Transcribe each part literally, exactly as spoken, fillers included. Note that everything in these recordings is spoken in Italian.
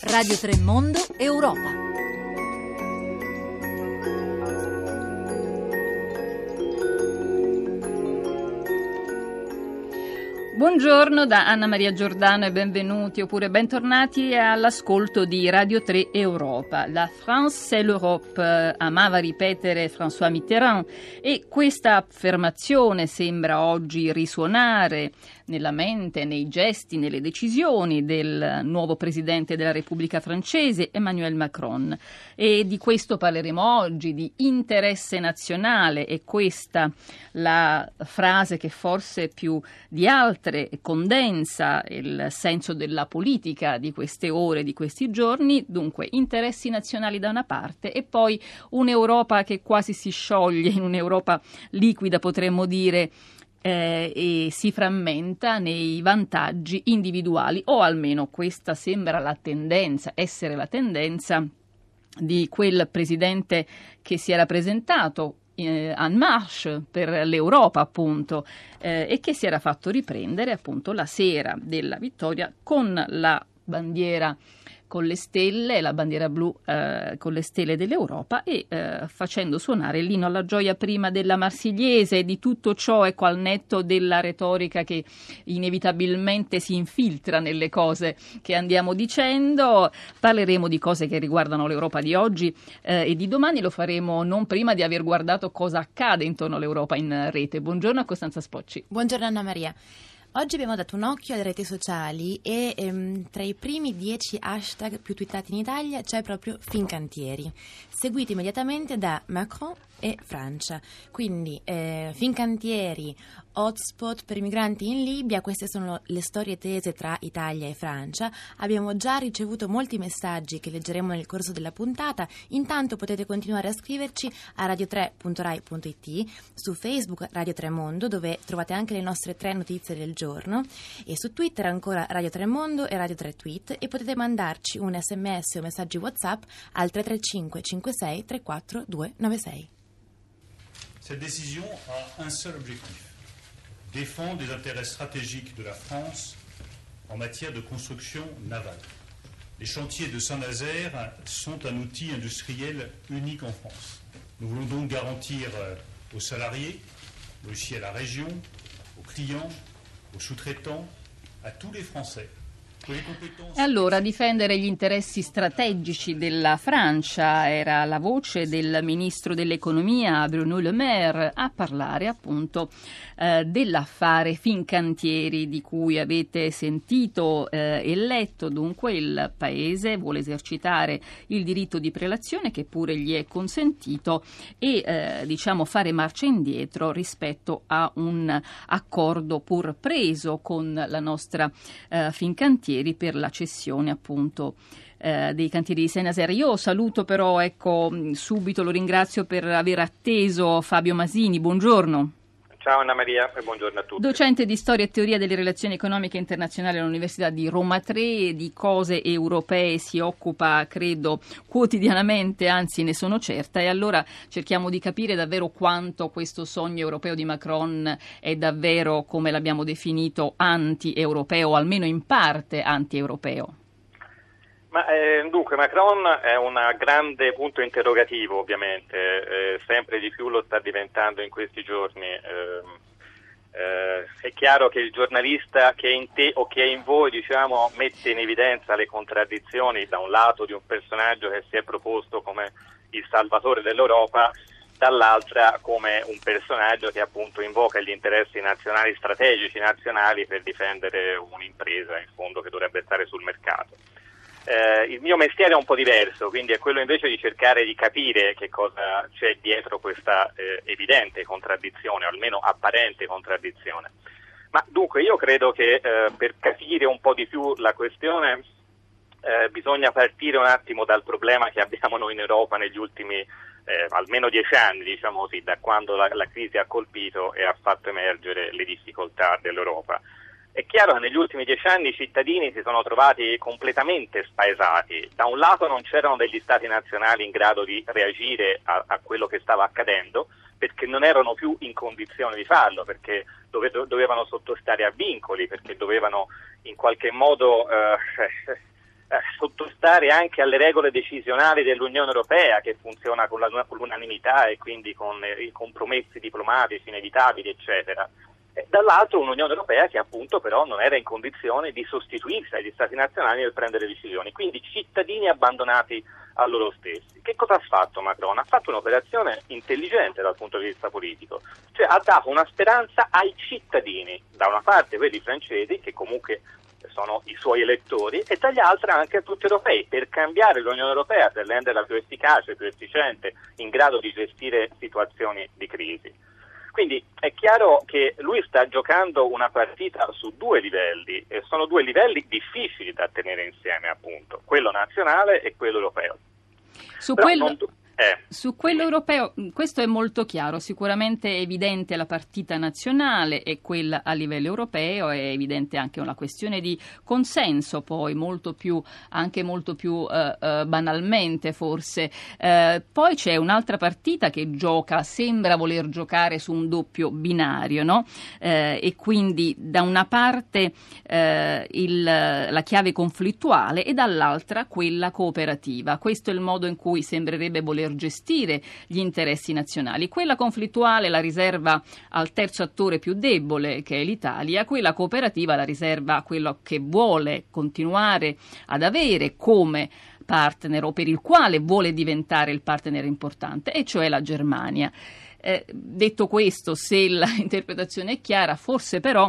Radio tre Mondo Europa. Buongiorno da Anna Maria Giordano e benvenuti oppure bentornati all'ascolto di Radio tre Europa. La France c'est l'Europe, amava ripetere François Mitterrand, e questa affermazione sembra oggi risuonare nella mente, nei gesti, nelle decisioni del nuovo presidente della Repubblica francese, Emmanuel Macron. E di questo parleremo oggi, di interesse nazionale, e questa la frase che forse più di altre condensa il senso della politica di queste ore, di questi giorni. Dunque, interessi nazionali da una parte e poi un'Europa che quasi si scioglie in un'Europa liquida, potremmo dire, Eh, e si frammenta nei vantaggi individuali, o almeno questa sembra la tendenza, essere la tendenza di quel presidente che si era presentato eh, en marche per l'Europa, appunto, eh, e che si era fatto riprendere appunto la sera della vittoria con la bandiera con le stelle, la bandiera blu eh, con le stelle dell'Europa, e eh, facendo suonare l'inno alla gioia prima della Marsigliese. Di tutto ciò, ecco, al netto della retorica che inevitabilmente si infiltra nelle cose che andiamo dicendo, parleremo di cose che riguardano l'Europa di oggi eh, e di domani. Lo faremo non prima di aver guardato cosa accade intorno all'Europa in rete. Buongiorno a Costanza Spocci. Buongiorno Anna Maria. Oggi abbiamo dato un occhio alle reti sociali e ehm, tra i primi dieci hashtag più twittati in Italia c'è proprio Fincantieri, seguito immediatamente da Macron e Francia. Quindi eh, Fincantieri, hotspot per i migranti in Libia, queste sono le storie tese tra Italia e Francia. Abbiamo già ricevuto molti messaggi che leggeremo nel corso della puntata. Intanto potete continuare a scriverci a radio tre punto rai punto it, su Facebook Radio tre Mondo, dove trovate anche le nostre tre notizie del giorno, e su Twitter ancora Radio tre Mondo e Radio tre Tweet, e potete mandarci un sms o messaggi WhatsApp al tre tre cinque cinque sei tre quattro due nove sei. Cette décision a un seul objectif: défendre les intérêts stratégiques de la France en matière de construction navale. Les chantiers de Saint-Nazaire sont un outil industriel unique en France. Nous voulons donc garantir aux salariés, mais aussi à la région, aux clients, aux sous-traitants, à tous les Français. E allora, difendere gli interessi strategici della Francia era la voce del ministro dell'economia Bruno Le Maire a parlare appunto eh, dell'affare Fincantieri, di cui avete sentito eh, e letto. Dunque il Paese vuole esercitare il diritto di prelazione, che pure gli è consentito, e eh, diciamo fare marcia indietro rispetto a un accordo pur preso con la nostra eh, Fincantieri per la cessione appunto eh, dei cantieri di Saint-Nazaire. Io saluto però, ecco, subito lo ringrazio per aver atteso Fabio Masini. Buongiorno. Ciao Anna Maria e buongiorno a tutti. Docente di storia e teoria delle relazioni economiche internazionali all'Università di Roma tre, di cose europee si occupa, credo, quotidianamente, anzi ne sono certa, e allora cerchiamo di capire davvero quanto questo sogno europeo di Macron è davvero, come l'abbiamo definito, anti-europeo, o almeno in parte anti-europeo. Ma eh, dunque Macron è un grande punto interrogativo, ovviamente, eh, sempre di più lo sta diventando in questi giorni. Eh, eh, è chiaro che il giornalista che è in te o che è in voi, diciamo, mette in evidenza le contraddizioni, da un lato, di un personaggio che si è proposto come il salvatore dell'Europa, dall'altra come un personaggio che appunto invoca gli interessi nazionali, strategici nazionali, per difendere un'impresa in fondo che dovrebbe stare sul mercato. Eh, il mio mestiere è un po' diverso, quindi è quello invece di cercare di capire che cosa c'è dietro questa eh, evidente contraddizione, o almeno apparente contraddizione. Ma dunque io credo che eh, per capire un po' di più la questione eh, bisogna partire un attimo dal problema che abbiamo noi in Europa negli ultimi eh, almeno dieci anni, diciamo così, da quando la, la crisi ha colpito e ha fatto emergere le difficoltà dell'Europa. È chiaro che negli ultimi dieci anni i cittadini si sono trovati completamente spaesati. Da un lato non c'erano degli stati nazionali in grado di reagire a, a quello che stava accadendo, perché non erano più in condizione di farlo, perché dove, dovevano sottostare a vincoli, perché dovevano in qualche modo eh, eh, sottostare anche alle regole decisionali dell'Unione Europea, che funziona con, la, con l'unanimità e quindi con eh, i compromessi diplomatici inevitabili, eccetera. E dall'altro un'Unione Europea che appunto però non era in condizione di sostituirsi agli Stati nazionali nel prendere decisioni, quindi cittadini abbandonati a loro stessi. Che cosa ha fatto Macron? Ha fatto un'operazione intelligente dal punto di vista politico, cioè ha dato una speranza ai cittadini, da una parte quelli francesi, che comunque sono i suoi elettori, e dall'altra anche a tutti gli europei, per cambiare l'Unione Europea, per renderla più efficace, più efficiente, in grado di gestire situazioni di crisi. Quindi è chiaro che lui sta giocando una partita su due livelli, e sono due livelli difficili da tenere insieme, appunto, quello nazionale e quello europeo. Su Però quello... non... Eh. Su quello europeo, questo è molto chiaro, sicuramente è evidente la partita nazionale e quella a livello europeo, è evidente anche una questione di consenso, poi molto più, anche molto più eh, eh, banalmente forse. Eh, poi c'è un'altra partita che gioca, sembra voler giocare su un doppio binario, no? Eh, e quindi da una parte eh, il, la chiave conflittuale e dall'altra quella cooperativa. Questo è il modo in cui sembrerebbe voler gestire gli interessi nazionali. Quella conflittuale la riserva al terzo attore più debole, che è l'Italia, quella cooperativa la riserva a quello che vuole continuare ad avere come partner o per il quale vuole diventare il partner importante, e cioè la Germania. Eh, detto questo, se l'interpretazione è chiara, forse però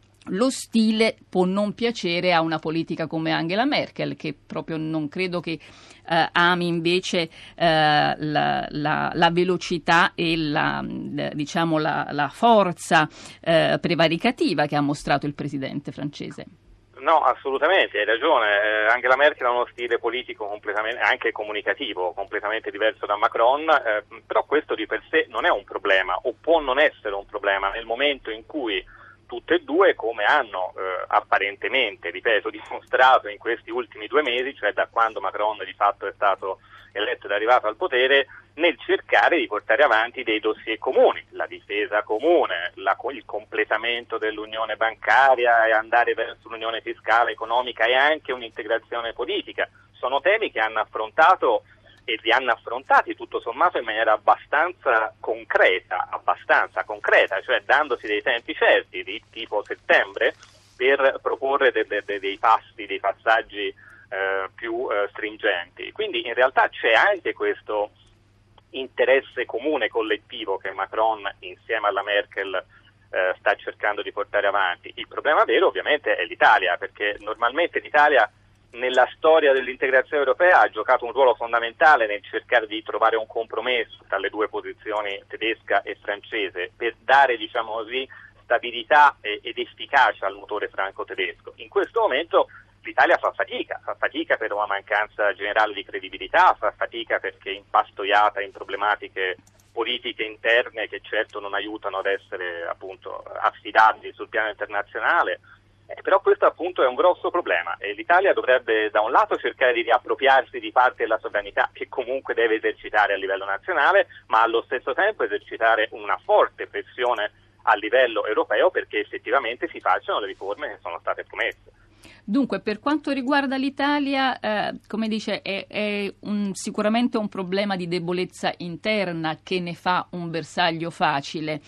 lo stile può non piacere a una politica come Angela Merkel, che proprio non credo che eh, ami invece eh, la, la, la velocità e la, diciamo, la, la forza eh, prevaricativa che ha mostrato il presidente francese. No, assolutamente, hai ragione. Eh, Angela Merkel ha uno stile politico completamente, anche comunicativo, completamente diverso da Macron, eh, però questo di per sé non è un problema, o può non essere un problema nel momento in cui tutte e due, come hanno eh, apparentemente, ripeto, dimostrato in questi ultimi due mesi, cioè da quando Macron di fatto è stato eletto ed arrivato al potere, nel cercare di portare avanti dei dossier comuni, la difesa comune, la, il completamento dell'unione bancaria e andare verso l'unione fiscale, economica e anche un'integrazione politica. Sono temi che hanno affrontato e li hanno affrontati tutto sommato in maniera abbastanza concreta, abbastanza concreta, cioè dandosi dei tempi certi, di tipo settembre, per proporre de, de, de, dei passi, dei passaggi eh, più eh, stringenti. Quindi in realtà c'è anche questo interesse comune collettivo che Macron insieme alla Merkel eh, sta cercando di portare avanti. Il problema vero ovviamente è l'Italia, perché normalmente l'Italia nella storia dell'integrazione europea ha giocato un ruolo fondamentale nel cercare di trovare un compromesso tra le due posizioni tedesca e francese per dare, diciamo così, stabilità ed efficacia al motore franco-tedesco. In questo momento l'Italia fa fatica, fa fatica per una mancanza generale di credibilità, fa fatica perché è impastoiata in problematiche politiche interne che certo non aiutano ad essere appunto affidabili sul piano internazionale. Eh, però questo appunto è un grosso problema e l'Italia dovrebbe da un lato cercare di riappropriarsi di parte della sovranità che comunque deve esercitare a livello nazionale, ma allo stesso tempo esercitare una forte pressione a livello europeo perché effettivamente si facciano le riforme che sono state promesse. Dunque, per quanto riguarda l'Italia, eh, come dice, è, è un, sicuramente un problema di debolezza interna che ne fa un bersaglio facile,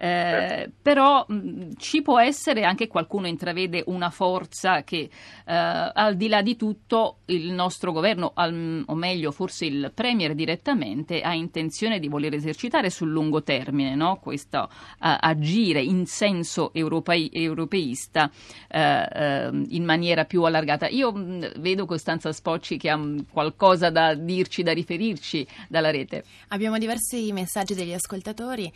eh, però mh, ci può essere anche qualcuno intravede una forza che, eh, al di là di tutto, il nostro governo, al, o meglio forse il Premier direttamente, ha intenzione di voler esercitare sul lungo termine, no? Questo uh, agire in senso europei, europeista uh, uh, in maniera più allargata. Io mh, vedo Costanza Spocci che ha mh, qualcosa da dirci, da riferirci dalla rete. Abbiamo diversi messaggi degli ascoltatori.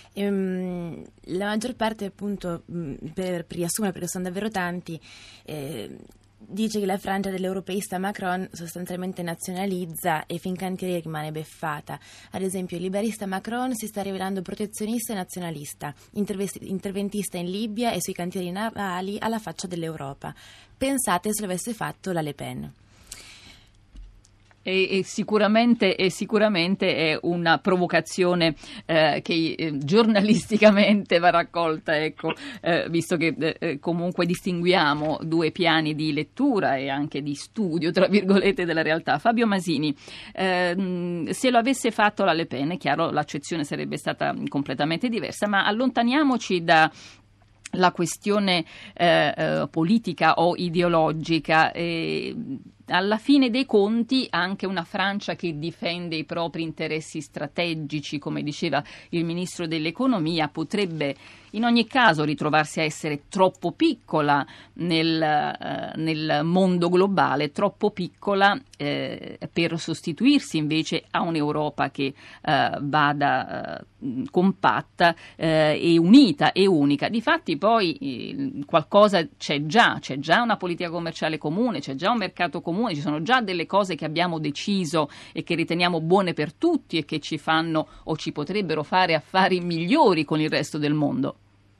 Ehm, la maggior parte, appunto, mh, per, per riassumere, perché sono davvero tanti, eh, dice che la Francia dell'europeista Macron sostanzialmente nazionalizza e Fincantieri rimane beffata. Ad esempio, il liberista Macron si sta rivelando protezionista e nazionalista, interventista in Libia e sui cantieri navali alla faccia dell'Europa. Pensate se l'avesse fatto la Le Pen. E, e, sicuramente, e sicuramente è una provocazione eh, che eh, giornalisticamente va raccolta, ecco, eh, visto che eh, comunque distinguiamo due piani di lettura e anche di studio, tra virgolette, della realtà. Fabio Masini, eh, se lo avesse fatto la Le Pen, è chiaro, l'accezione sarebbe stata completamente diversa, ma allontaniamoci da la questione eh, eh, politica o ideologica. Eh, alla fine dei conti anche una Francia che difende i propri interessi strategici, come diceva il ministro dell'economia, potrebbe in ogni caso ritrovarsi a essere troppo piccola nel, eh, nel mondo globale, troppo piccola eh, per sostituirsi invece a un'Europa che eh, vada eh, compatta eh, e unita e unica. Difatti poi eh, qualcosa c'è già, c'è già una politica commerciale comune, c'è già un mercato comune, ci sono già delle cose che abbiamo deciso e che riteniamo buone per tutti e che ci fanno o ci potrebbero fare affari migliori con il resto del mondo.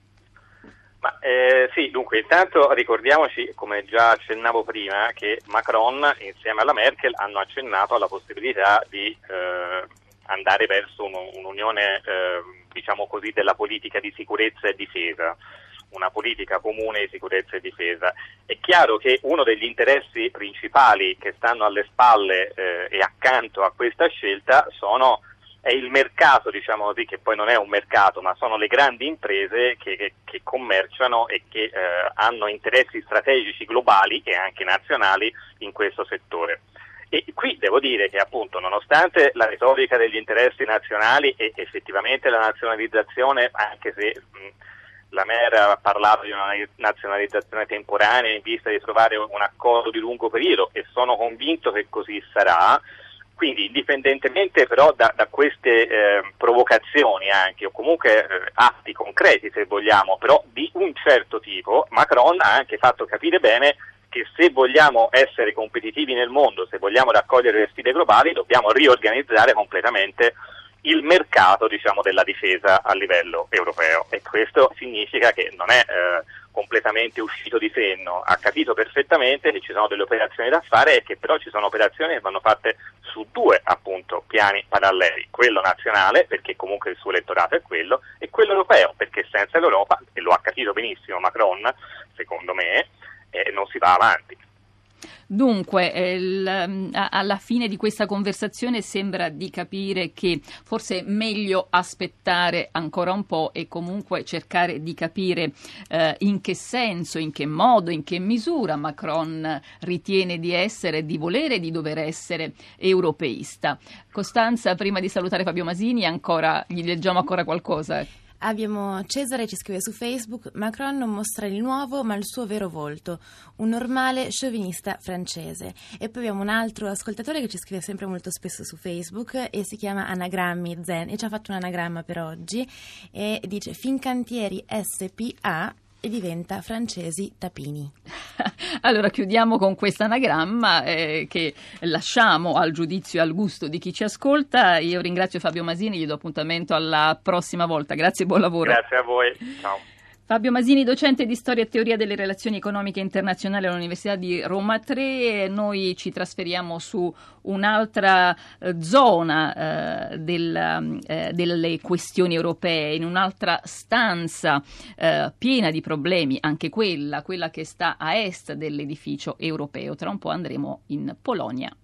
Ma, eh, sì, dunque intanto ricordiamoci, come già accennavo prima, che Macron insieme alla Merkel hanno accennato alla possibilità di eh, andare verso un, un'unione, eh, diciamo così, della politica di sicurezza e difesa, una politica comune di sicurezza e difesa. È chiaro che uno degli interessi principali che stanno alle spalle eh, e accanto a questa scelta sono è il mercato, diciamo così, che poi non è un mercato, ma sono le grandi imprese che, che, che commerciano e che eh, hanno interessi strategici globali e anche nazionali in questo settore. E qui devo dire che appunto, nonostante la retorica degli interessi nazionali e effettivamente la nazionalizzazione, anche se mh, la Mer ha parlato di una nazionalizzazione temporanea in vista di trovare un accordo di lungo periodo, e sono convinto che così sarà. Quindi indipendentemente però da, da queste eh, provocazioni anche, o comunque eh, atti concreti se vogliamo, però di un certo tipo, Macron ha anche fatto capire bene che se vogliamo essere competitivi nel mondo, se vogliamo raccogliere le sfide globali, dobbiamo riorganizzare completamente il mercato, diciamo, della difesa a livello europeo, e questo significa che non è eh, completamente uscito di senno, ha capito perfettamente che ci sono delle operazioni da fare e che però ci sono operazioni che vanno fatte su due appunto piani paralleli, quello nazionale perché comunque il suo elettorato è quello, e quello europeo perché senza l'Europa, e lo ha capito benissimo Macron secondo me, eh, non si va avanti. Dunque, il, alla fine di questa conversazione sembra di capire che forse è meglio aspettare ancora un po' e comunque cercare di capire eh, in che senso, in che modo, in che misura Macron ritiene di essere, di volere e di dover essere europeista. Costanza, prima di salutare Fabio Masini, ancora gli leggiamo ancora qualcosa? Abbiamo Cesare, ci scrive su Facebook: Macron non mostra il nuovo ma il suo vero volto, un normale chauvinista francese. E poi abbiamo un altro ascoltatore che ci scrive sempre molto spesso su Facebook e si chiama Anagrammi Zen e ci ha fatto un anagramma per oggi e dice Fincantieri S P A e diventa Francesi Tapini. Allora chiudiamo con questo anagramma eh, che lasciamo al giudizio e al gusto di chi ci ascolta. Io ringrazio Fabio Masini, gli do appuntamento alla prossima volta. Grazie e buon lavoro. Grazie a voi, ciao. Fabio Masini, docente di Storia e Teoria delle Relazioni Economiche Internazionali all'Università di Roma tre. Noi ci trasferiamo su un'altra eh, zona eh, del, eh, delle questioni europee, in un'altra stanza eh, piena di problemi, anche quella, quella che sta a est dell'edificio europeo. Tra un po' andremo in Polonia.